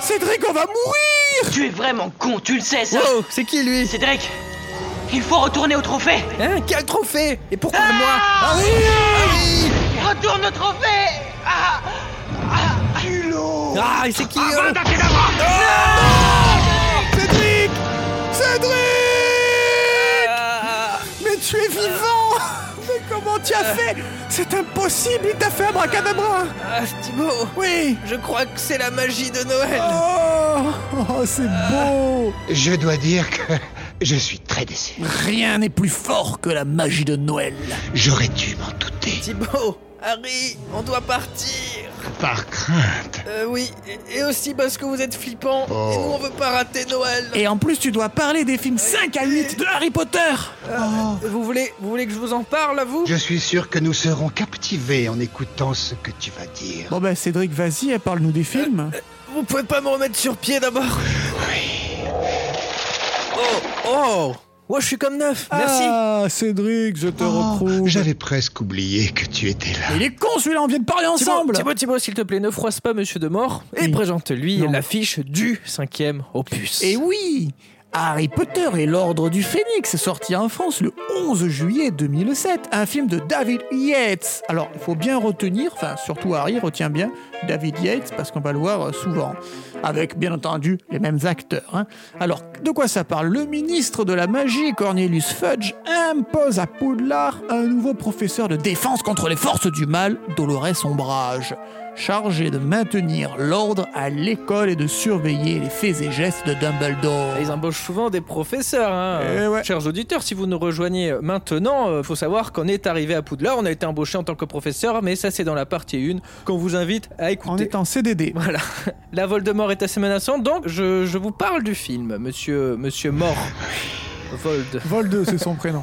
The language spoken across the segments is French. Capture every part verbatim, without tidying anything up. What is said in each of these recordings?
Cédric, on va mourir! Tu es vraiment con, tu le sais ça. Wow, c'est qui lui? Cédric, il faut retourner au trophée. Hein? Quel trophée? Et pourquoi Ah moi? Harry! Harry! Retourne au trophée. Ah, ah, Culot! Ah, et c'est qui? oh Cédric! Cédric! Ah, Mais tu es vivant! Mais comment tu as fait? C'est impossible, il t'a fait abracadabra! ah, Thibaut, Oui! je crois que c'est la magie de Noël. Oh, oh c'est beau! Je dois dire que je suis très déçu. Rien n'est plus fort que la magie de Noël. J'aurais dû m'en douter. Thibaut, Harry, on doit partir. Par crainte. Euh, oui, et, et aussi parce que vous êtes flippants. Oh. Et nous, on veut pas rater Noël. Et en plus, tu dois parler des films cinq à huit de Harry Potter! Euh, vous, voulez, vous voulez que je vous en parle, à vous? Je suis sûr que nous serons captivés en écoutant ce que tu vas dire. Bon ben Cédric, vas-y, eh, parle-nous des films. Vous pouvez pas me remettre sur pied d'abord? Oh, oh Ouais, je suis comme neuf, merci. Ah, Cédric, je te Oh, retrouve. j'avais presque oublié que tu étais là. Il est con celui-là, on vient de parler Thibaut, ensemble! Thibaut, Thibaut, s'il te plaît, ne froisse pas Monsieur de Mort et Oui. présente-lui Non. l'affiche du cinquième opus. Et oui! Harry Potter et l'Ordre du Phénix, sorti en France le onze juillet deux mille sept, un film de David Yates. Alors, il faut bien retenir, enfin, surtout Harry, retient bien David Yates, parce qu'on va le voir souvent, avec, bien entendu, les mêmes acteurs. Hein. Alors, de quoi ça parle? Le ministre de la magie, Cornelius Fudge, impose à Poudlard un nouveau professeur de défense contre les forces du mal, Dolores Ombrage, chargé de maintenir l'ordre à l'école et de surveiller les faits et gestes de Dumbledore. Ils embauchent souvent des professeurs, hein. Eh ouais. Chers auditeurs, si vous nous rejoignez maintenant, euh, faut savoir qu'on est arrivé à Poudlard, on a été embauché en tant que professeur, mais ça c'est dans la partie un qu'on vous invite à On écouter. est en C D D. Voilà, la Voldemort est assez menaçante, donc je, je vous parle du film, monsieur, monsieur Mort. Vold. Volde, c'est son prénom.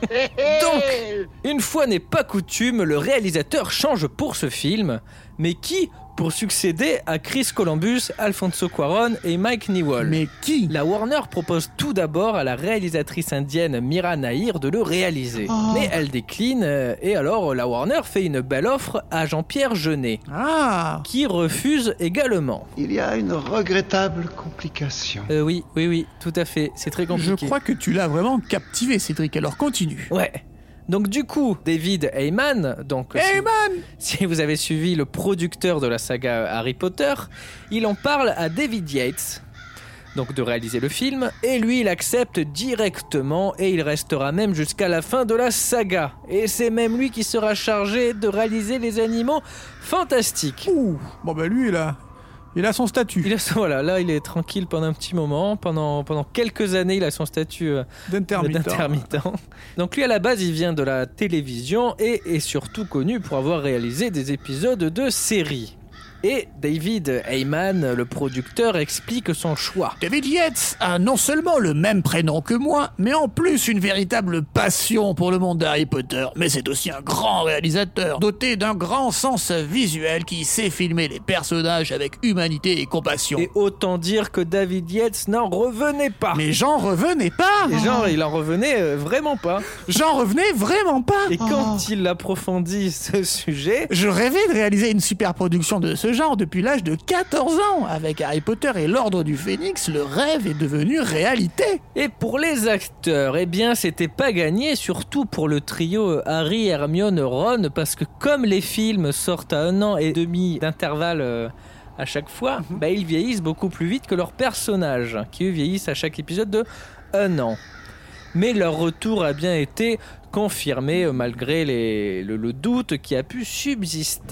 Donc, une fois n'est pas coutume, le réalisateur change pour ce film, mais qui pour succéder à Chris Columbus, Alfonso Cuarón et Mike Newell? Mais qui? La Warner propose tout d'abord à la réalisatrice indienne Mira Nair de le réaliser. Oh. Mais elle décline, euh, et alors la Warner fait une belle offre à Jean-Pierre Jeunet, Ah! qui refuse également. Il y a une regrettable complication. Euh, oui, oui, oui, tout à fait, c'est très Je compliqué. crois que tu l'as vraiment captivé, Cédric, alors continue. Ouais. Donc du coup, David Heyman, donc si- Hey man! si vous avez suivi le producteur de la saga Harry Potter, il en parle à David Yates, donc de réaliser le film, et lui il accepte directement et il restera même jusqu'à la fin de la saga. Et c'est même lui qui sera chargé de réaliser les animaux fantastiques. Ouh! Bon bah lui, il a, il a son statut Il a, voilà, là il est tranquille pendant un petit moment, pendant, pendant quelques années il a son statut euh, d'intermittent. d'intermittent. Donc lui à la base il vient de la télévision et est surtout connu pour avoir réalisé des épisodes de séries. Et David Heyman, le producteur, explique son choix. David Yates a non seulement le même prénom que moi, mais en plus une véritable passion pour le monde d'Harry Potter. Mais c'est aussi un grand réalisateur, doté d'un grand sens visuel qui sait filmer les personnages avec humanité et compassion. Et autant dire que David Yates n'en revenait pas. Mais j'en revenais pas! Et genre, il en revenait euh, vraiment pas. J'en revenais vraiment pas! Et quand il approfondit ce sujet, Je rêvais de réaliser une super production de ce genre depuis l'âge de quatorze ans. Avec Harry Potter et l'Ordre du Phénix, le rêve est devenu réalité. et pour les acteurs, eh bien, c'était pas gagné, surtout pour le trio Harry, Hermione, Ron, parce que comme les films sortent à un an et demi d'intervalle euh, à chaque fois, bah, ils vieillissent beaucoup plus vite que leurs personnages, qui eux vieillissent à chaque épisode de un an. Mais leur retour a bien été confirmé euh, malgré les, le, le doute qui a pu subsister.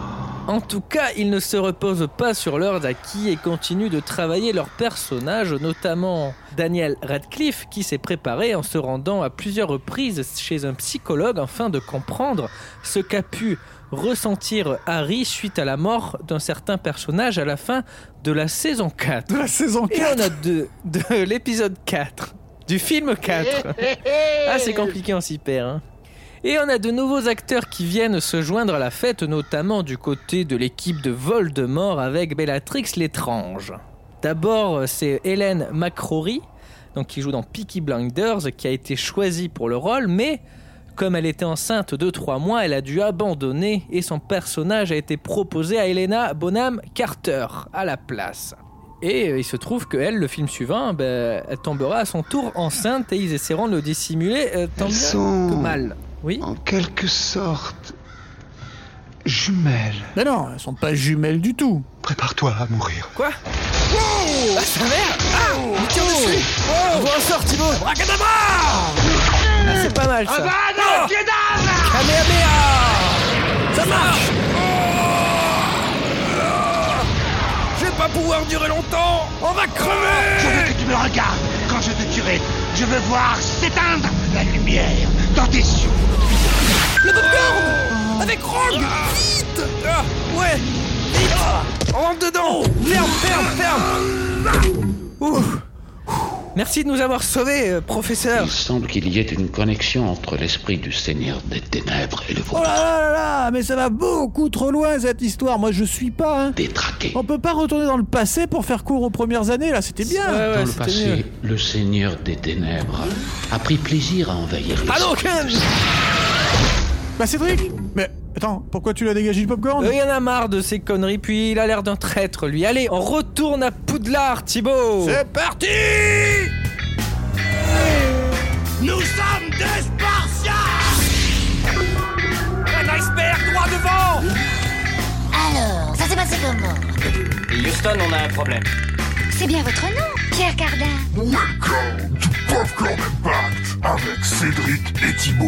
En tout cas, ils ne se reposent pas sur leurs acquis et continuent de travailler leurs personnages, notamment Daniel Radcliffe qui s'est préparé en se rendant à plusieurs reprises chez un psychologue afin de comprendre ce qu'a pu ressentir Harry suite à la mort d'un certain personnage à la fin de la saison quatre. De la saison Et quatre. on a de, de l'épisode quatre, du film quatre. Ah, c'est compliqué, on s'y perd, hein. Et on a de nouveaux acteurs qui viennent se joindre à la fête, notamment du côté de l'équipe de Voldemort avec Bellatrix Lestrange. D'abord, c'est Hélène McCrory, donc qui joue dans Peaky Blinders, qui a été choisie pour le rôle, mais comme elle était enceinte de trois mois, elle a dû abandonner et son personnage a été proposé à Helena Bonham Carter à la place. Et euh, il se trouve qu'elle, le film suivant, ben, elle tombera à son tour enceinte et ils essaieront de le dissimuler euh, tant Elles bien sont- que mal. Oui. En quelque sorte, jumelles. Mais non, elles sont pas jumelles du tout. Prépare-toi à mourir. Quoi? Ah, sa mère! Ah! Il tire dessus! Oh! Bon sort, Thibaut! Abracadabra! Ah, c'est pas mal, ça! Avada Kedavra! Kamehameha! Ça marche! Je vais pas pouvoir durer longtemps. On va Je crever. veux que tu me regardes quand je te tuerai. Je veux voir s'éteindre la lumière dans tes yeux. Le popcorn avec Rogue. Vite. Ah, ouais! Vite! On rentre dedans! Ferme, ferme, ferme! Ouf. Merci de nous avoir sauvés, euh, professeur! Il semble qu'il y ait une connexion entre l'esprit du Seigneur des Ténèbres et le Oh vôtre. là là là là, mais ça va beaucoup trop loin cette histoire. Moi je suis pas. Hein. Détraqué. On peut pas retourner dans le passé pour faire cours aux premières années là. C'était bien. Ouais, ouais, Dans le c'était passé, mieux. le Seigneur des Ténèbres a pris plaisir à envahir les Allô, Ken! Bah Cédric. Mais attends, pourquoi tu l'as dégagé le popcorn? Euh, Il y en a marre de ces conneries, puis il a l'air d'un traître, lui. Allez, on retourne à Poudlard, Thibaut! C'est parti. Nous sommes des Spartiates! Un iceberg droit devant! Alors, ça s'est passé comment? Houston, on a un problème. C'est bien votre nom, Pierre Cardin. Welcome to Popcorn Impact avec Cédric et Thibaut.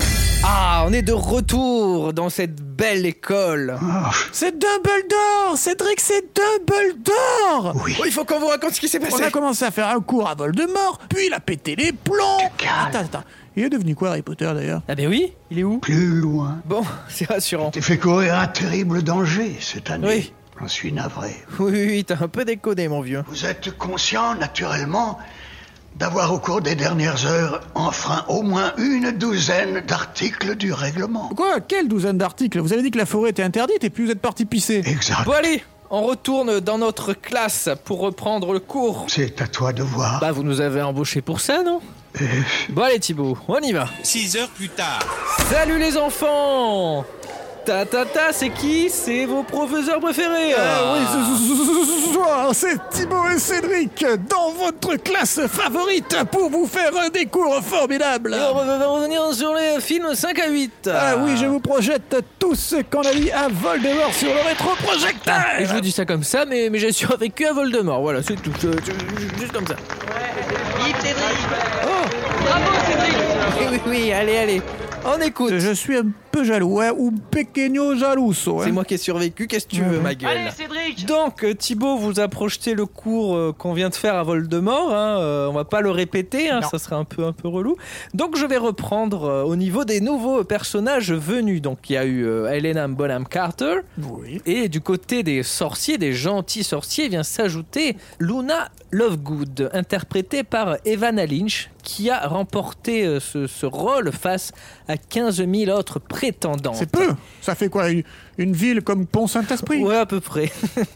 Ah, on est de retour dans cette belle école. C'est Dumbledore. Cédric, c'est Dumbledore. Oui. Oh, il faut qu'on vous raconte ce qui s'est On passé. a commencé à faire un cours à Voldemort, puis il a pété les plombs. Attends, attends. Il est devenu quoi Harry Potter d'ailleurs? Ah ben oui, il est où? Plus loin. Bon, c'est rassurant. T'es fait courir un terrible danger cette année. Oui. J'en suis navré. Oui, oui, oui, t'as un peu déconné, mon vieux. Vous êtes conscient, naturellement, d'avoir au cours des dernières heures enfreint au moins une douzaine d'articles du règlement. Quoi? Quelle douzaine d'articles? Vous avez dit que la forêt était interdite et puis vous êtes parti pisser. Exact. Bon allez, on retourne dans notre classe pour reprendre le cours. C'est à toi de voir. Bah vous nous avez embauché pour ça, non? Bon allez Thibaut, on y va. Six heures plus tard. Salut les enfants! Ta ta ta, c'est qui? C'est vos professeurs préférés? Ah oui, ce- ce- ce- ce soir, c'est Thibaut et Cédric dans votre classe favorite pour vous faire des cours formidables. Et on va va revenir sur les films cinq à huit. Ah oui, je vous projette tout ce qu'on a dit à Voldemort sur le rétroprojecteur. Et je vous dis ça comme ça, mais, mais j'ai survécu à Voldemort. Voilà, c'est tout. Je- je- juste comme ça. Vive Cédric! Oh! Bravo Cédric! Oui, oui, oui, allez, allez. On écoute. Je suis un peu jaloux, hein, ou pequeño jalouso. Hein. C'est moi qui ai survécu, qu'est-ce que tu veux, ma gueule? Allez Cédric! Donc, euh, Thibaut vous a projeté le cours euh, qu'on vient de faire à Voldemort. Hein, euh, on va pas le répéter, hein, Non. ça serait un peu, un peu relou. Donc, je vais reprendre euh, au niveau des nouveaux personnages venus. Donc, il y a eu euh, Helena Bonham Carter. Oui. Et du côté des sorciers, des gentils sorciers, vient s'ajouter Luna Lovegood, interprétée par Evanna Lynch, qui a remporté euh, ce, ce rôle face à quinze mille autres prétendantes. C'est peu. Ça fait quoi, une, une ville comme Pont-Saint-Esprit? Ouais, à peu près.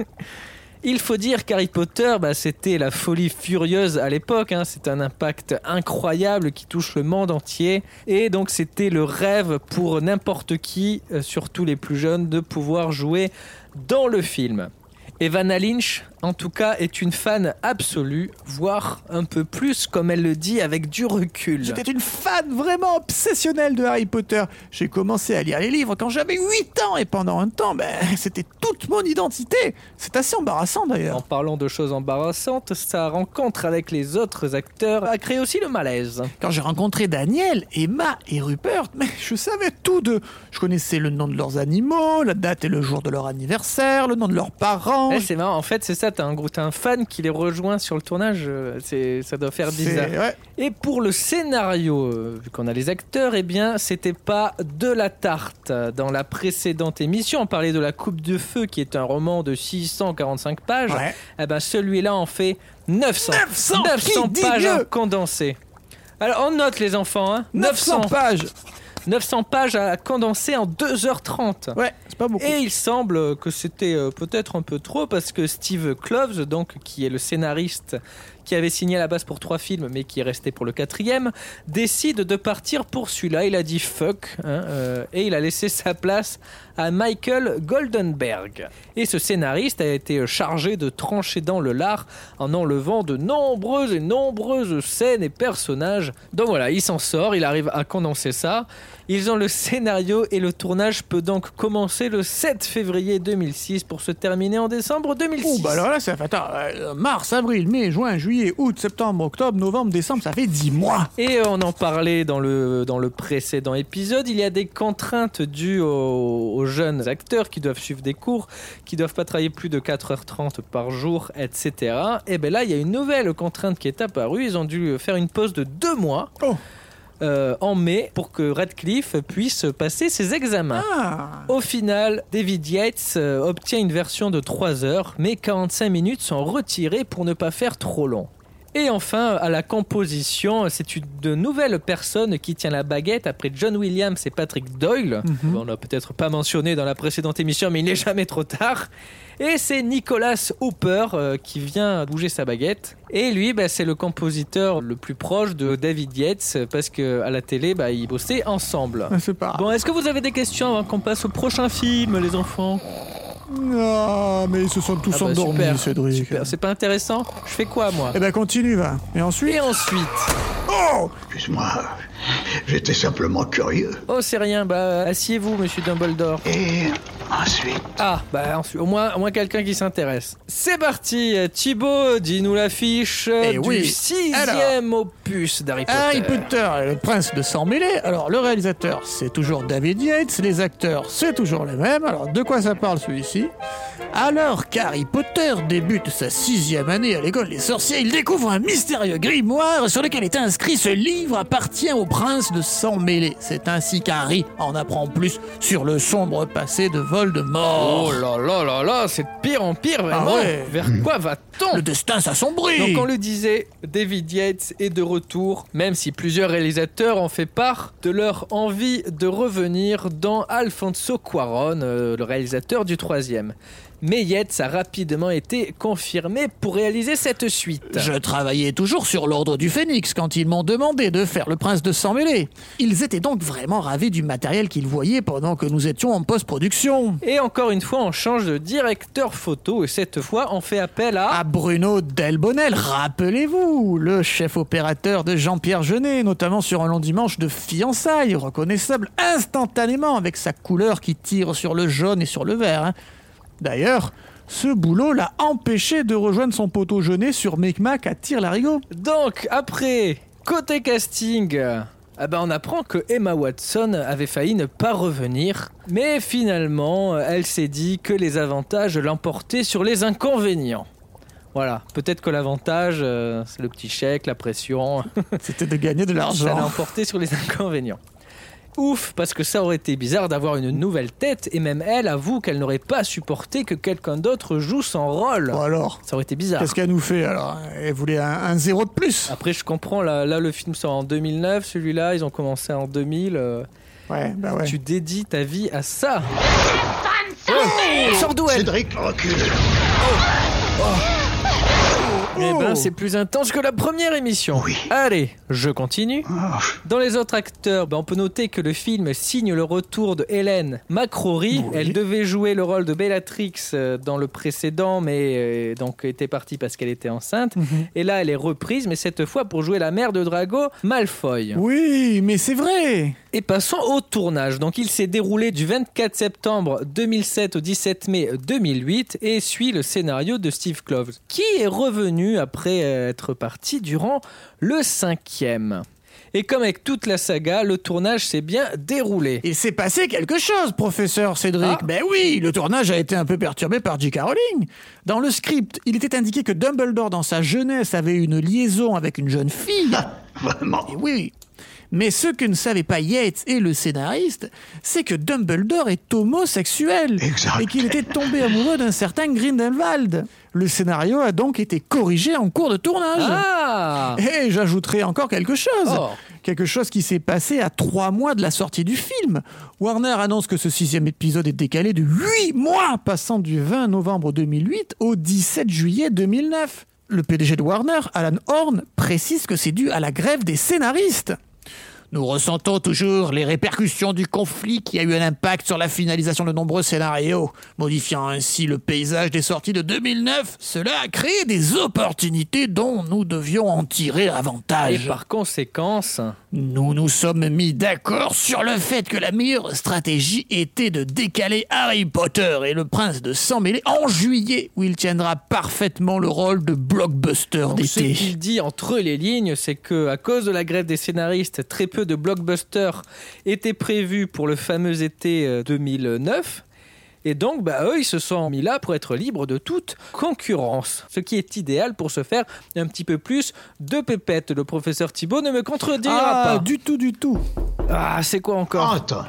Il faut dire qu'Harry Potter, bah, c'était la folie furieuse à l'époque. Hein. C'est un impact incroyable qui touche le monde entier. Et donc, c'était le rêve pour n'importe qui, euh, surtout les plus jeunes, de pouvoir jouer dans le film. Evanna Lynch, en tout cas, est une fan absolue, voire un peu plus, comme elle le dit, avec du recul. J'étais une fan vraiment obsessionnelle de Harry Potter. J'ai commencé à lire les livres quand j'avais huit ans et pendant un temps, ben, c'était toute mon identité. C'est assez embarrassant En d'ailleurs. parlant de choses embarrassantes, sa rencontre avec les autres acteurs a créé aussi le malaise. Quand j'ai rencontré Daniel, Emma et Rupert, mais je savais tout d'eux. Je connaissais le nom de leurs animaux, la date et le jour de leur anniversaire, le nom de leurs parents. Eh, c'est marrant, en fait c'est ça, t'as un, gros- t'as un fan qui les rejoint sur le tournage, euh, c'est, ça doit faire C'est- bizarre. ouais. Et pour le scénario, euh, vu qu'on a les acteurs, eh bien c'était pas de la tarte. Dans la précédente émission, on parlait de La Coupe de Feu, qui est un roman de six cent quarante-cinq pages. Ouais. Eh ben celui-là en fait neuf cents. neuf cents, qui dit pages mieux condensées. Alors on note les enfants, hein, neuf cents pages. neuf cents pages à condenser en deux heures trente. Ouais, c'est pas beaucoup. Et il semble que c'était euh, peut-être un peu trop parce que Steve Kloves, donc qui est le scénariste qui avait signé à la base pour trois films, mais qui est resté pour le quatrième, décide de partir pour celui-là. Il a dit fuck, hein, euh, et il a laissé sa place à Michael Goldenberg. Et ce scénariste a été chargé de trancher dans le lard en enlevant de nombreuses et nombreuses scènes et personnages. Donc voilà, il s'en sort, il arrive à condenser ça. Ils ont le scénario et le tournage peut donc commencer le sept février deux mille six pour se terminer en décembre deux mille six. Oh, bah alors là, ça fait attends, euh, mars, avril, mai, juin, juillet, août, septembre, octobre, novembre, décembre, ça fait dix mois. Et on en parlait dans le, dans le précédent épisode, il y a des contraintes dues aux, aux jeunes acteurs qui doivent suivre des cours, qui doivent pas travailler plus de quatre heures trente par jour, et cetera. Et bien là, il y a une nouvelle contrainte qui est apparue, ils ont dû faire une pause de deux mois. Oh. Euh, en mai pour que Radcliffe puisse passer ses examens. Ah. Au final, David Yates euh, obtient une version de trois heures, mais quarante-cinq minutes sont retirées pour ne pas faire trop long. Et enfin, à la composition, c'est une de nouvelle personne qui tient la baguette après John Williams et Patrick Doyle. Mm-hmm. On l'a peut-être pas mentionné dans la précédente émission, mais il n'est jamais trop tard. Et c'est Nicholas Hooper euh, qui vient bouger sa baguette. Et lui, bah, c'est le compositeur le plus proche de David Yates parce qu'à la télé, bah, ils bossaient ensemble. C'est pas... Bon, est-ce que vous avez des questions avant qu'on passe au prochain film, les enfants ? Non, mais ils se sont tous ah bah endormis, super, Cédric. Super. C'est pas intéressant ? Je fais quoi, moi ? Eh ben, continue, va. Et ensuite ? Et ensuite Oh ! Excuse-moi, j'étais simplement curieux. Oh, c'est rien. Bah, asseyez-vous, monsieur Dumbledore. Et ensuite ? Ah, bah, ensuite, au moins, au moins quelqu'un qui s'intéresse. C'est parti, Thibaut, dis-nous l'affiche eh du oui. sixième Alors, opus d'Harry Potter. Harry Potter, le prince de sang mêlé. Alors, le réalisateur, c'est toujours David Yates. Les acteurs, c'est toujours les mêmes. Alors, de quoi ça parle, celui-ci ? Alors qu'Harry Potter débute sa sixième année à l'école des sorciers, il découvre un mystérieux grimoire sur lequel est inscrit ce livre appartient au prince de sang mêlé. C'est ainsi qu'Harry en apprend plus sur le sombre passé de Voldemort. Oh là là là là, c'est de pire en pire, vraiment. Ah ouais. Vers quoi va-t-on ? Le destin s'assombrit. Donc on le disait, David Yates est de retour, même si plusieurs réalisateurs ont fait part de leur envie de revenir dans Alfonso Cuarón, euh, le réalisateur du troisième. Mais Yates a rapidement été confirmé pour réaliser cette suite. Je travaillais toujours sur l'Ordre du Phénix quand ils m'ont demandé de faire le prince de sang mêlé. Ils étaient donc vraiment ravis du matériel qu'ils voyaient pendant que nous étions en post-production. Et encore une fois, on change de directeur photo et cette fois, on fait appel à... À Bruno Delbonnel, rappelez-vous, le chef opérateur de Jean-Pierre Jeunet, notamment sur Un long dimanche de fiançailles, reconnaissable instantanément avec sa couleur qui tire sur le jaune et sur le vert, hein. D'ailleurs, ce boulot l'a empêché de rejoindre son poteau Jeunet sur Micmac à Tire-Larigot. Donc, après, côté casting, eh ben on apprend que Emma Watson avait failli ne pas revenir. Mais finalement, elle s'est dit que les avantages l'emportaient sur les inconvénients. Voilà, peut-être que l'avantage, euh, c'est le petit chèque, la pression. C'était de gagner de l'argent. Ça l'a emporté sur les inconvénients. Ouf, parce que ça aurait été bizarre d'avoir une nouvelle tête et même elle avoue qu'elle n'aurait pas supporté que quelqu'un d'autre joue son rôle. Bon alors, ça aurait été bizarre. Qu'est-ce qu'elle nous fait alors ? Elle voulait un, un zéro de plus. Après je comprends, là, là le film sort en deux mille neuf, celui-là ils ont commencé en deux mille. Euh, ouais, bah ouais. Tu dédies ta vie à ça. Oh, sors d'où elle ? Cédric, recule. Oh. Oh. Eh ben, c'est plus intense que la première émission. Oui. Allez, je continue. Oh. Dans les autres acteurs, ben, on peut noter que le film signe le retour de Hélène McCrory. Oui. Elle devait jouer le rôle de Bellatrix dans le précédent, mais euh, donc était partie parce qu'elle était enceinte. Mm-hmm. Et là, elle est reprise, mais cette fois pour jouer la mère de Drago Malfoy. Oui, mais c'est vrai. Et passons au tournage. Donc, il s'est déroulé du vingt-quatre septembre deux mille sept au dix-sept mai deux mille huit et suit le scénario de Steve Kloves, qui est revenu après être parti durant le cinquième. Et comme avec toute la saga, le tournage s'est bien déroulé. Il s'est passé quelque chose, professeur Cédric. Ah. Ben oui, le tournage a été un peu perturbé par J K Rowling. Dans le script, il était indiqué que Dumbledore, dans sa jeunesse, avait une liaison avec une jeune fille. Ah, vraiment ? Et oui. Mais ce que ne savait pas Yates et le scénariste, c'est que Dumbledore est homosexuel. Exact. Et qu'il était tombé amoureux d'un certain Grindelwald. Le scénario a donc été corrigé en cours de tournage. Ah. Et j'ajouterai encore quelque chose. Oh. Quelque chose qui s'est passé à trois mois de la sortie du film. Warner annonce que ce sixième épisode est décalé de huit mois, passant du vingt novembre deux mille huit au dix-sept juillet deux mille neuf. Le P D G de Warner, Alan Horn, précise que c'est dû à la grève des scénaristes. Nous ressentons toujours les répercussions du conflit qui a eu un impact sur la finalisation de nombreux scénarios, modifiant ainsi le paysage des sorties de deux mille neuf. Cela a créé des opportunités dont nous devions en tirer avantage. Et par conséquence, nous nous sommes mis d'accord sur le fait que la meilleure stratégie était de décaler Harry Potter et le Prince de Sang-Mêlé en juillet, où il tiendra parfaitement le rôle de blockbuster donc, ce d'été. qu'il dit entre les lignes, c'est que à cause de la grève des scénaristes, très peu de blockbusters étaient prévus pour le fameux été deux mille neuf. Et donc, bah, eux, ils se sont mis là pour être libres de toute concurrence. Ce qui est idéal pour se faire un petit peu plus de pépettes. Le professeur Thibault ne me contredira Ah, pas. du tout, du tout. Ah, c'est quoi encore? Attends.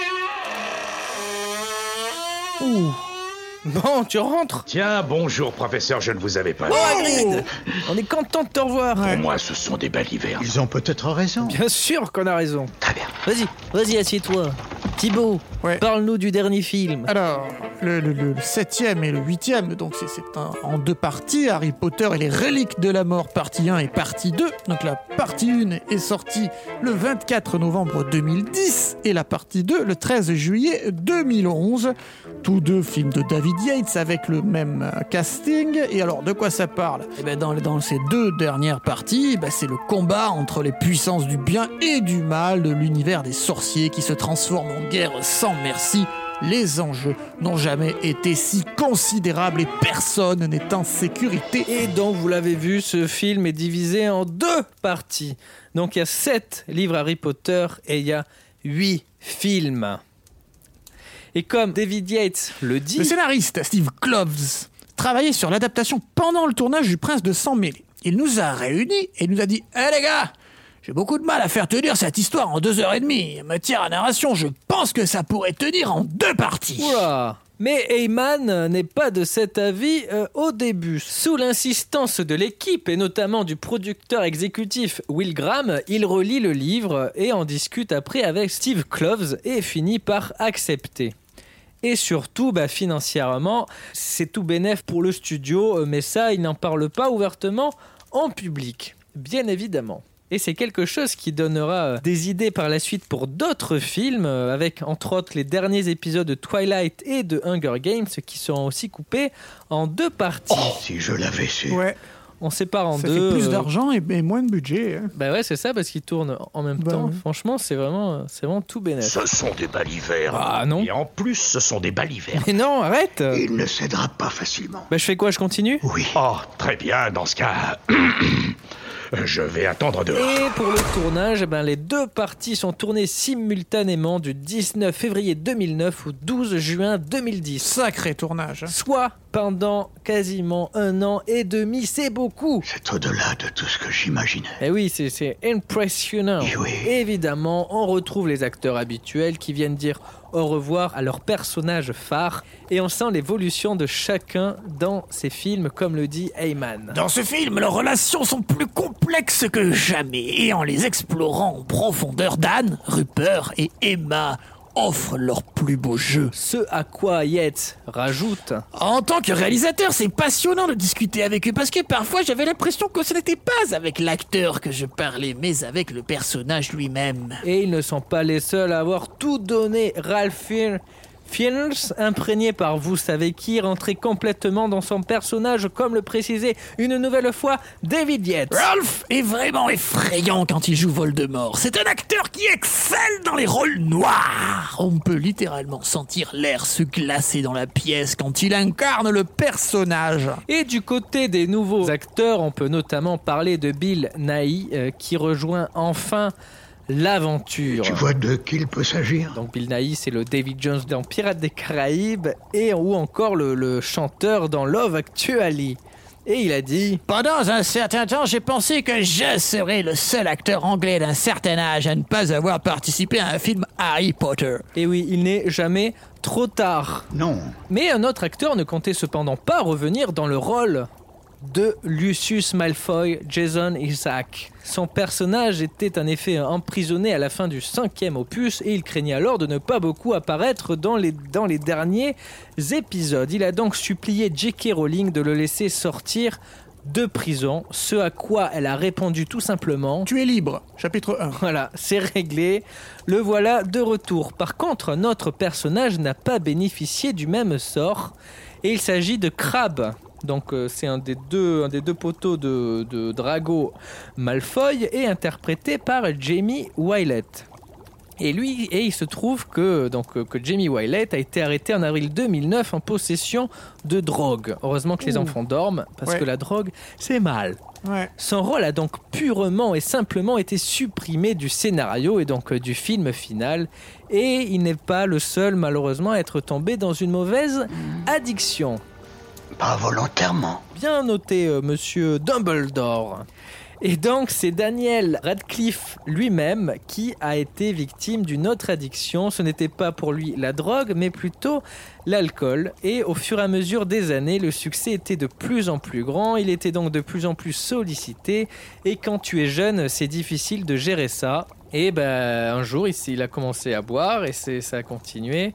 Ouh. Bon, tu rentres. Tiens, bonjour professeur, je ne vous avais pas Oh, vu. Hagrid, on est content de te revoir. Pour moi, ce sont des balivernes. Ils ont peut-être raison. Bien sûr qu'on a raison. Très bien. Vas-y, vas-y, assieds-toi. Thibault, Ouais. parle-nous du dernier film. Alors, le, le- le septième et le huitième, donc c'est, c'est un- en deux parties, Harry Potter et les reliques de la mort, partie un et partie deux. Donc la partie un est sortie le vingt-quatre novembre deux mille dix et la partie deux le treize juillet deux mille onze. Tous deux films de David Yates avec le même euh, casting. Et alors, de quoi ça parle? Eh ben, dans, dans ces deux dernières parties, ben, c'est le combat entre les puissances du bien et du mal de l'univers des sorciers qui se transforme en guerre sans merci. Les enjeux n'ont jamais été si considérables et personne n'est en sécurité. Et donc, vous l'avez vu, ce film est divisé en deux parties. Donc, il y a sept livres Harry Potter et il y a huit films. Et comme David Yates le dit... Le scénariste Steve Kloves travaillait sur l'adaptation pendant le tournage du Prince de Sang-Mêlé. Il nous a réunis et nous a dit « Eh les gars, j'ai beaucoup de mal à faire tenir cette histoire en deux heures et demie. Matière à narration, je pense que ça pourrait tenir en deux parties. » Oula. Mais Heyman n'est pas de cet avis euh, au début. Sous l'insistance de l'équipe et notamment du producteur exécutif Will Graham, il relit le livre et en discute après avec Steve Kloves et finit par accepter. Et surtout, bah, financièrement, c'est tout bénef pour le studio, mais ça, il n'en parle pas ouvertement en public, bien évidemment. Et c'est quelque chose qui donnera des idées par la suite pour d'autres films, avec entre autres les derniers épisodes de Twilight et de Hunger Games, qui seront aussi coupés en deux parties. Oh, si je l'avais su. Ouais, On sépare en ça deux. fait plus euh, d'argent et, et moins de budget. hein. Bah ouais, c'est ça, parce qu'ils tournent en même Bah temps. ouais. Franchement, c'est vraiment, c'est vraiment tout bénef. Ce sont des balivernes. Ah non. Et en plus, ce sont des balivernes. Mais non, arrête. Il ne cédera pas facilement. Bah je fais quoi, je continue? Oui. Oh, très bien, dans ce cas... Je vais attendre dehors. Et pour le tournage, eh ben, les deux parties sont tournées simultanément du dix-neuf février deux mille neuf au douze juin deux mille dix. Sacré tournage. hein. Soit pendant quasiment un an et demi, c'est beaucoup. C'est au-delà de tout ce que j'imaginais. Eh oui, c'est, c'est impressionnant. Eh oui. Évidemment, on retrouve les acteurs habituels qui viennent dire au revoir à leur personnage phare et on sent l'évolution de chacun dans ces films, comme le dit Heyman. Dans ce film, leurs relations sont plus complexes que jamais et en les explorant en profondeur, Dan, Rupert et Emma offrent leur plus beau jeu. Ce à quoi Yates rajoute... En tant que réalisateur, c'est passionnant de discuter avec eux parce que parfois j'avais l'impression que ce n'était pas avec l'acteur que je parlais, mais avec le personnage lui-même. Et ils ne sont pas les seuls à avoir tout donné. Ralph Fiennes, Fiennes, imprégné par vous savez qui, rentrait complètement dans son personnage, comme le précisait une nouvelle fois David Yates. Ralph est vraiment effrayant quand il joue Voldemort. C'est un acteur qui excelle dans les rôles noirs. On peut littéralement sentir l'air se glacer dans la pièce quand il incarne le personnage. Et du côté des nouveaux acteurs, on peut notamment parler de Bill Nighy, euh, qui rejoint enfin l'aventure. Tu vois de qui il peut s'agir? Donc Bill Nighy, c'est le David Jones dans Pirates des Caraïbes et ou encore le, le chanteur dans Love Actually. Et il a dit « Pendant un certain temps, j'ai pensé que je serais le seul acteur anglais d'un certain âge à ne pas avoir participé à un film Harry Potter. » Et oui, il n'est jamais trop tard. Non. Mais un autre acteur ne comptait cependant pas revenir dans le rôle de Lucius Malfoy, Jason Isaac. Son personnage était en effet emprisonné à la fin du cinquième opus et il craignait alors de ne pas beaucoup apparaître dans les, dans les derniers épisodes. Il a donc supplié J K Rowling de le laisser sortir de prison, ce à quoi elle a répondu tout simplement: tu es libre, chapitre un. Voilà, c'est réglé, le voilà de retour. Par contre, notre personnage n'a pas bénéficié du même sort, et il s'agit de Crabbe. Donc euh, c'est un des deux, un des deux poteaux de, de Drago Malfoy, et interprété par Jamie Wylett. Et lui, et il se trouve que, donc, que Jamie Wylett a été arrêté en avril deux mille neuf en possession de drogue. Heureusement que les Ouh. enfants dorment, parce Ouais. que la drogue, c'est mal. Ouais. Son rôle a donc purement et simplement été supprimé du scénario et donc euh, du film final. Et il n'est pas le seul, malheureusement, à être tombé dans une mauvaise addiction. Pas volontairement. Bien noté, euh, monsieur Dumbledore. Et donc, c'est Daniel Radcliffe lui-même qui a été victime d'une autre addiction. Ce n'était pas pour lui la drogue, mais plutôt l'alcool. Et au fur et à mesure des années, le succès était de plus en plus grand. Il était donc de plus en plus sollicité. Et quand tu es jeune, c'est difficile de gérer ça. Et ben, un jour, il a commencé à boire et c'est, ça a continué.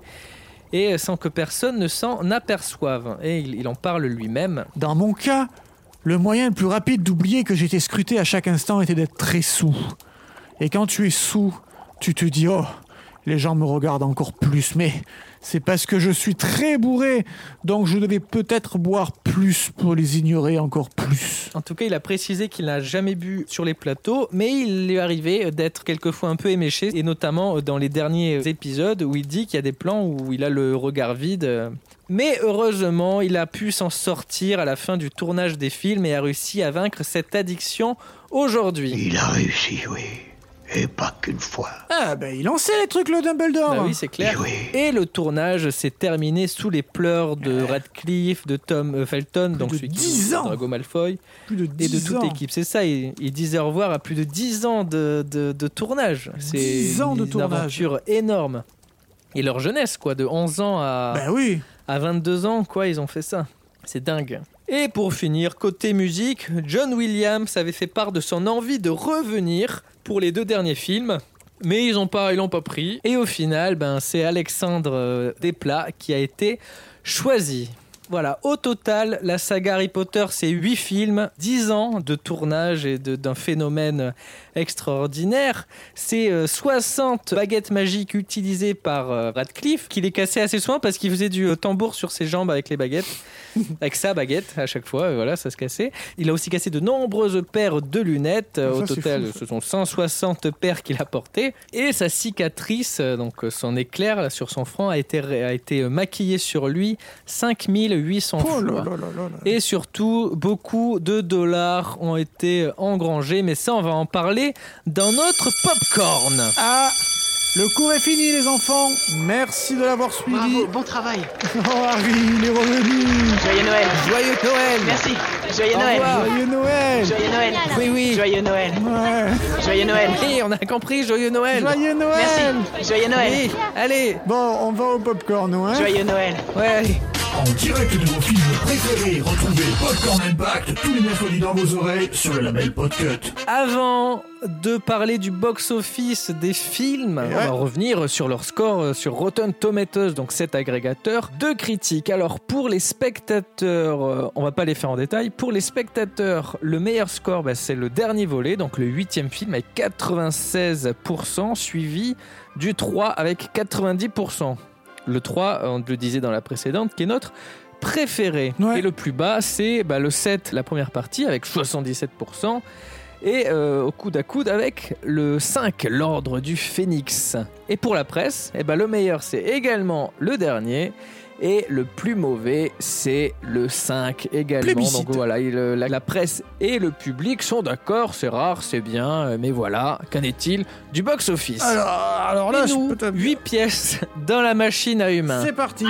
Et sans que personne ne s'en aperçoive. Et il, il en parle lui-même. Dans mon cas, le moyen le plus rapide d'oublier que j'étais scruté à chaque instant était d'être très saoul. Et quand tu es saoul, tu te dis « Oh, les gens me regardent encore plus, mais c'est parce que je suis très bourré, donc je devais peut-être boire plus pour les ignorer encore plus. » En tout cas, il a précisé qu'il n'a jamais bu sur les plateaux, mais il lui est arrivé d'être quelquefois un peu éméché, et notamment dans les derniers épisodes où il dit qu'il y a des plans où il a le regard vide. Mais heureusement, il a pu s'en sortir à la fin du tournage des films et a réussi à vaincre cette addiction aujourd'hui. Il a réussi, oui. Et pas qu'une fois. Ah ben il en sait les trucs le Dumbledore. Bah oui, c'est clair. Oui. Et le tournage s'est terminé sous les pleurs de Radcliffe, de Tom euh, Felton, Plus donc de celui qui dix joue ans. Drago Malfoy, Plus de et de dix toute ans. l'équipe. C'est ça, il, il disait au revoir à plus de dix ans de, de, de tournage. C'est dix ans de une tournage. aventure énorme. Et leur jeunesse, quoi, de onze ans à, Ben oui. à vingt-deux ans, quoi, ils ont fait ça. C'est dingue. Et pour finir, côté musique, John Williams avait fait part de son envie de revenir pour les deux derniers films. Mais ils n'ont pas, ils l'ont pas pris. Et au final, ben, c'est Alexandre euh, Desplat qui a été choisi. Voilà, au total, la saga Harry Potter, c'est huit films, dix ans de tournage et de, d'un phénomène extraordinaire. C'est euh, soixante baguettes magiques utilisées par euh, Radcliffe, qui les cassait assez souvent parce qu'il faisait du euh, tambour sur ses jambes avec les baguettes, avec sa baguette à chaque fois, et voilà, ça se cassait. Il a aussi cassé de nombreuses paires de lunettes. Euh, Ça, au c'est total, fou, ça. ce sont cent soixante paires qu'il a portées. Et sa cicatrice, euh, donc euh, son éclair là, sur son front, a été, ré- a été euh, maquillée sur lui cinq mille huit cents Oh fois. là là là là là. Et surtout, beaucoup de dollars ont été engrangés. Mais ça, on va en parler dans notre popcorn. Ah, le cours est fini les enfants. Merci de l'avoir suivi. Bravo, bon travail. Oh Harry, il est revenu. Joyeux Noël. Joyeux Noël. Merci. Joyeux Au Noël. revoir. Joyeux Noël. Joyeux Noël. Oui, oui. Joyeux Noël. Ouais. Joyeux Noël. Oui, on a compris. Joyeux Noël. Joyeux Noël. Merci. Joyeux Noël. Oui, allez. Bon, on va au popcorn, hein. Joyeux Noël. Ouais, allez. En direct de vos films préférés, retrouvez Popcorn Impact tous les mercredis dans vos oreilles sur le label Podcut. Avant de parler du box-office des films, on ouais. va revenir sur leur score sur Rotten Tomatoes, donc cet agrégateur de critiques. Alors pour les spectateurs, euh, on va pas les faire en détail, pour les spectateurs, le meilleur score, bah, c'est le dernier volet, donc le huitième film avec quatre-vingt-seize pour cent, suivi du trois avec quatre-vingt-dix pour cent. Le trois, on le disait dans la précédente, qui est notre préféré. Ouais. Et le plus bas, c'est bah, le sept, la première partie, avec soixante-dix-sept pour cent. Et euh, au coude à coude avec le cinq, l'ordre du Phénix. Et pour la presse, eh ben, le meilleur, c'est également le dernier. Et le plus mauvais, c'est le cinq également. Plébiscite. Donc voilà, il, la, la presse et le public sont d'accord, c'est rare, c'est bien. Mais voilà, qu'en est-il du box-office? Alors, alors là, Et je nous, peux te... huit pièces dans la machine à humains. C'est parti.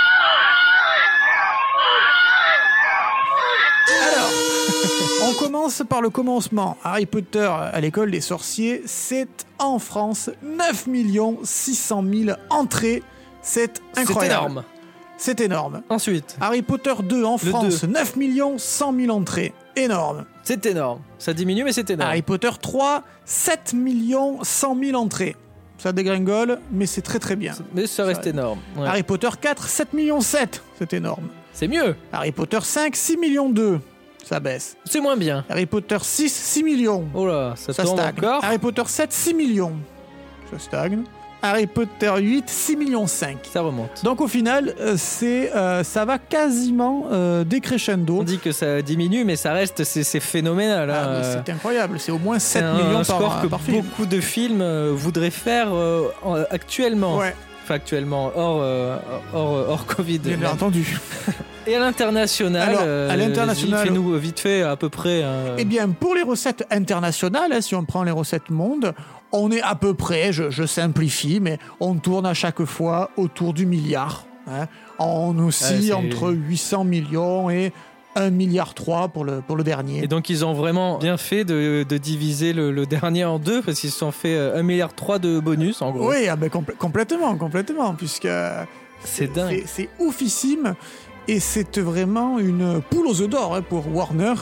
Alors, on commence par le commencement. Harry Potter à l'école des sorciers, c'est en France neuf millions six cent mille entrées. C'est incroyable. C'est énorme. C'est énorme. Ensuite, Harry Potter deux en Le France, deux. neuf millions cent mille entrées. Énorme. c'est énorme. Ça diminue, mais c'est énorme. Harry Potter trois, sept millions cent mille entrées. Ça dégringole, mais c'est très très bien. Mais ça reste Ça- énorme. Ouais. Harry Potter quatre, sept millions sept. C'est énorme. C'est mieux. Harry Potter cinq, six millions deux. ça baisse. C'est moins bien. Harry Potter six, six millions. Oh là, ça, Ça tombe stagne. encore. Harry Potter sept, six millions. Ça stagne. Harry Potter huit, six millions cinq. Ça remonte. Donc au final, euh, c'est, euh, ça va quasiment euh, décrescendo. On dit que ça diminue, mais ça reste, c'est, c'est phénoménal. Ah, hein. mais c'est incroyable, c'est au moins C'est sept un, millions un par, score que par film. beaucoup de films euh, voudraient faire euh, en- actuellement. Ouais, Enfin, actuellement, hors, euh, hors, hors Covid. bien même. entendu. Et à l'international, Alors, à euh, l'international- vas-y, fais-nous vite fait à peu près. hein. Eh bien, pour les recettes internationales, hein, si on prend les recettes monde, on est à peu près, je, je simplifie, mais on tourne à chaque fois autour du milliard. Hein. On Ah, oscille c'est- entre huit cents millions et un milliard trois pour le, pour le dernier. Et donc ils ont vraiment bien fait de, de diviser le, le dernier en deux parce qu'ils se sont fait euh, un milliard trois de bonus en gros. Oui, ah ben, compl- complètement, complètement, puisque C'est dingue. C'est, c'est oufissime et c'est vraiment une poule aux œufs d'or hein, pour Warner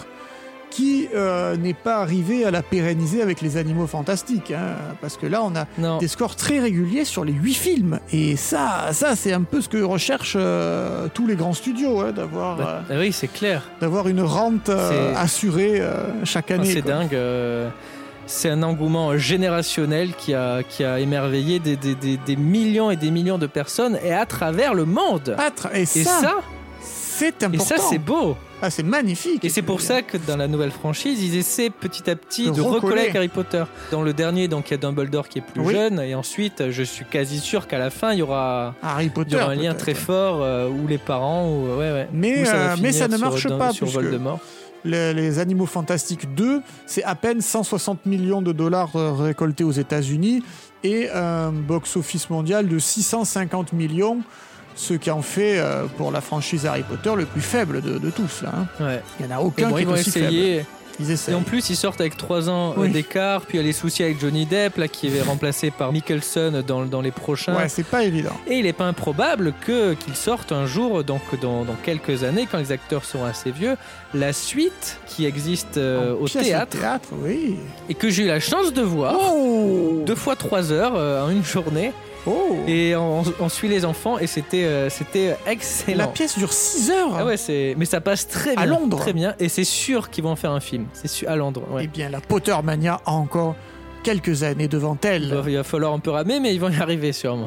qui euh, n'est pas arrivé à la pérenniser avec les Animaux Fantastiques. Hein, parce que là, on a Non. des scores très réguliers sur les huit films. Et ça, ça c'est un peu ce que recherchent euh, tous les grands studios, hein, d'avoir, Bah, euh, ah oui, c'est clair. d'avoir une rente euh, C'est- assurée euh, chaque Ah, année. c'est quoi. dingue. euh, C'est un engouement générationnel qui a, qui a émerveillé des, des, des, des millions et des millions de personnes et à travers le monde. Pâtre. Et, Et ça, ça, c'est et important. ça c'est beau. Ah, c'est magnifique. Et c'est pour ça que dans la nouvelle franchise, ils essaient petit à petit De de, recoller. recoller avec Harry Potter. Dans le dernier, donc il y a Dumbledore qui est plus Oui. jeune, et ensuite, je suis quasi sûr qu'à la fin, il y aura, Harry il Potter. y aura un lien peut-être. très fort euh, où les parents, ou ouais, ouais. Mais, Où ça va euh, mais ça finir ne marche sur, pas, sur puisque- Voldemort. Les, les Animaux Fantastiques deux, c'est à peine cent soixante millions de dollars euh, récoltés aux États-Unis et un box-office mondial de six cent cinquante millions, ce qui en fait euh, pour la franchise Harry Potter le plus faible de, de tous. Là, hein. Ouais. Il n'y en a Et aucun bon, qui ils est vont aussi essayer. faible. Ils Et essaient. en plus, ils sortent avec trois ans euh, Oui. d'écart, puis il y a les soucis avec Johnny Depp, là, qui est remplacé par Mickelson dans, dans les prochains. Ouais, c'est pas évident. Et il n'est pas improbable que, qu'ils sortent un jour, donc dans, dans quelques années, quand les acteurs seront assez vieux, la suite qui existe euh, En au pièce de théâtre, théâtre, oui. et que j'ai eu la chance de voir Oh, deux fois trois heures euh, en une journée, oh. et on, on suit les enfants, et c'était, euh, c'était excellent. La pièce dure six heures. Ah ouais, c'est... Mais ça passe très bien. À Londres. Très bien, et c'est sûr qu'ils vont en faire un film. C'est sûr, à Londres, ouais. Eh bien, la Pottermania a encore quelques années devant elle. Il va, il va falloir un peu ramer, mais ils vont y arriver sûrement.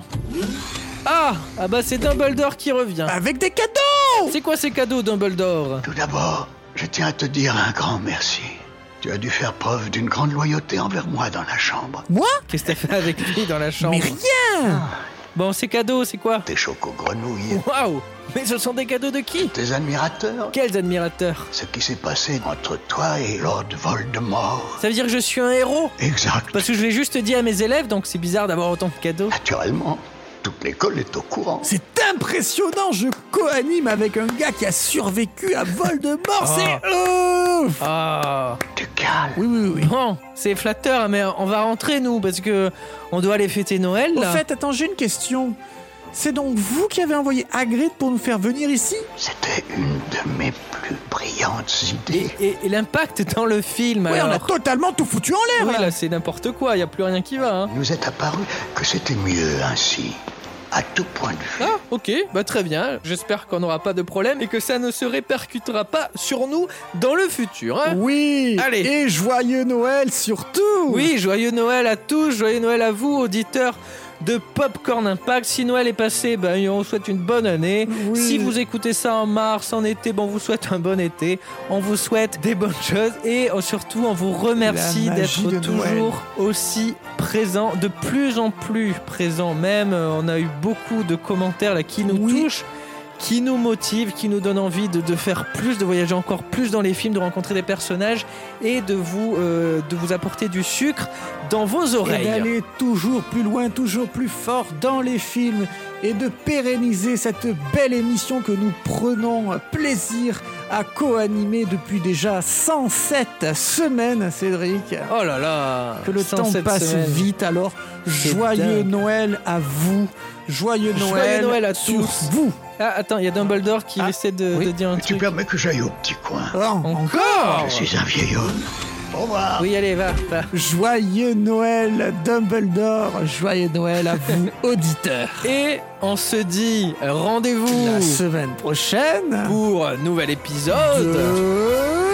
Ah Ah bah c'est Dumbledore qui revient. Avec des cadeaux. C'est quoi ces cadeaux, Dumbledore? Tout d'abord, je tiens à te dire un grand merci. Tu as dû faire preuve d'une grande loyauté envers moi dans la chambre. Moi? Qu'est-ce que t'as fait avec lui dans la chambre? Mais rien. Bon, ces cadeaux, c'est quoi? Tes chocos-grenouilles, Waouh! Mais ce sont des cadeaux de qui? tes admirateurs, Quels admirateurs? ce qui s'est passé entre toi et Lord Voldemort. Ça veut dire que je suis un héros? Exact. Parce que je l'ai juste dit à mes élèves, donc c'est bizarre d'avoir autant de cadeaux. Naturellement, toute l'école est au courant. C'est impressionnant, je co-anime avec un gars qui a survécu à Voldemort, Ah. c'est ouf. Ah! Tu calmes. Oui, oui, oui. Bon, c'est flatteur, mais on va rentrer, nous, parce que on doit aller fêter Noël, Au là. fait, attends, j'ai une question. C'est donc vous qui avez envoyé Hagrid pour nous faire venir ici? C'était une de mes plus brillantes idées. Et, et- et l'impact dans le film, Ouais, on a alors... totalement tout foutu en l'air, Oui, là. là, c'est n'importe quoi, il n'y a plus rien qui va, hein. Il nous est apparu que c'était mieux ainsi, à tout point de vue. Ah, ok, bah très bien. J'espère qu'on n'aura pas de problème et que ça ne se répercutera pas sur nous dans le futur, hein. Oui. Allez. Et joyeux Noël surtout. Oui, joyeux Noël à tous, joyeux Noël à vous, auditeurs de Popcorn Impact. Si Noël est passé, ben, on vous souhaite une bonne année. Oui. Si vous écoutez ça en mars, en été, bon, on vous souhaite un bon été. On vous souhaite des bonnes choses et euh, surtout, on vous remercie La magie d'être de Noël. toujours aussi présent, de plus en plus présent même. Euh, On a eu beaucoup de commentaires là qui nous Oui. touchent, qui nous motivent, qui nous donnent envie de, de faire plus, de voyager encore plus dans les films, de rencontrer des personnages et de vous, euh, de vous apporter du sucre dans vos Et oreilles. d'aller toujours plus loin, toujours plus fort dans les films et de pérenniser cette belle émission que nous prenons plaisir à co-animer depuis déjà cent sept semaines, Cédric. Oh là là, Que le temps cent sept passe semaines. vite, alors C'est joyeux dingue. Noël à vous, joyeux Joyeux Noël, Noël à sur tous. vous. Ah, attends, il y a Dumbledore qui Ah, essaie de, oui. de dire un Tu truc. permets que j'aille au petit coin. Ah, Encore Je suis un vieil homme. Au revoir. Oui, allez, va, va. Joyeux Noël Dumbledore, joyeux Noël à vous auditeurs. Et on se dit rendez-vous La semaine prochaine pour un nouvel épisode. de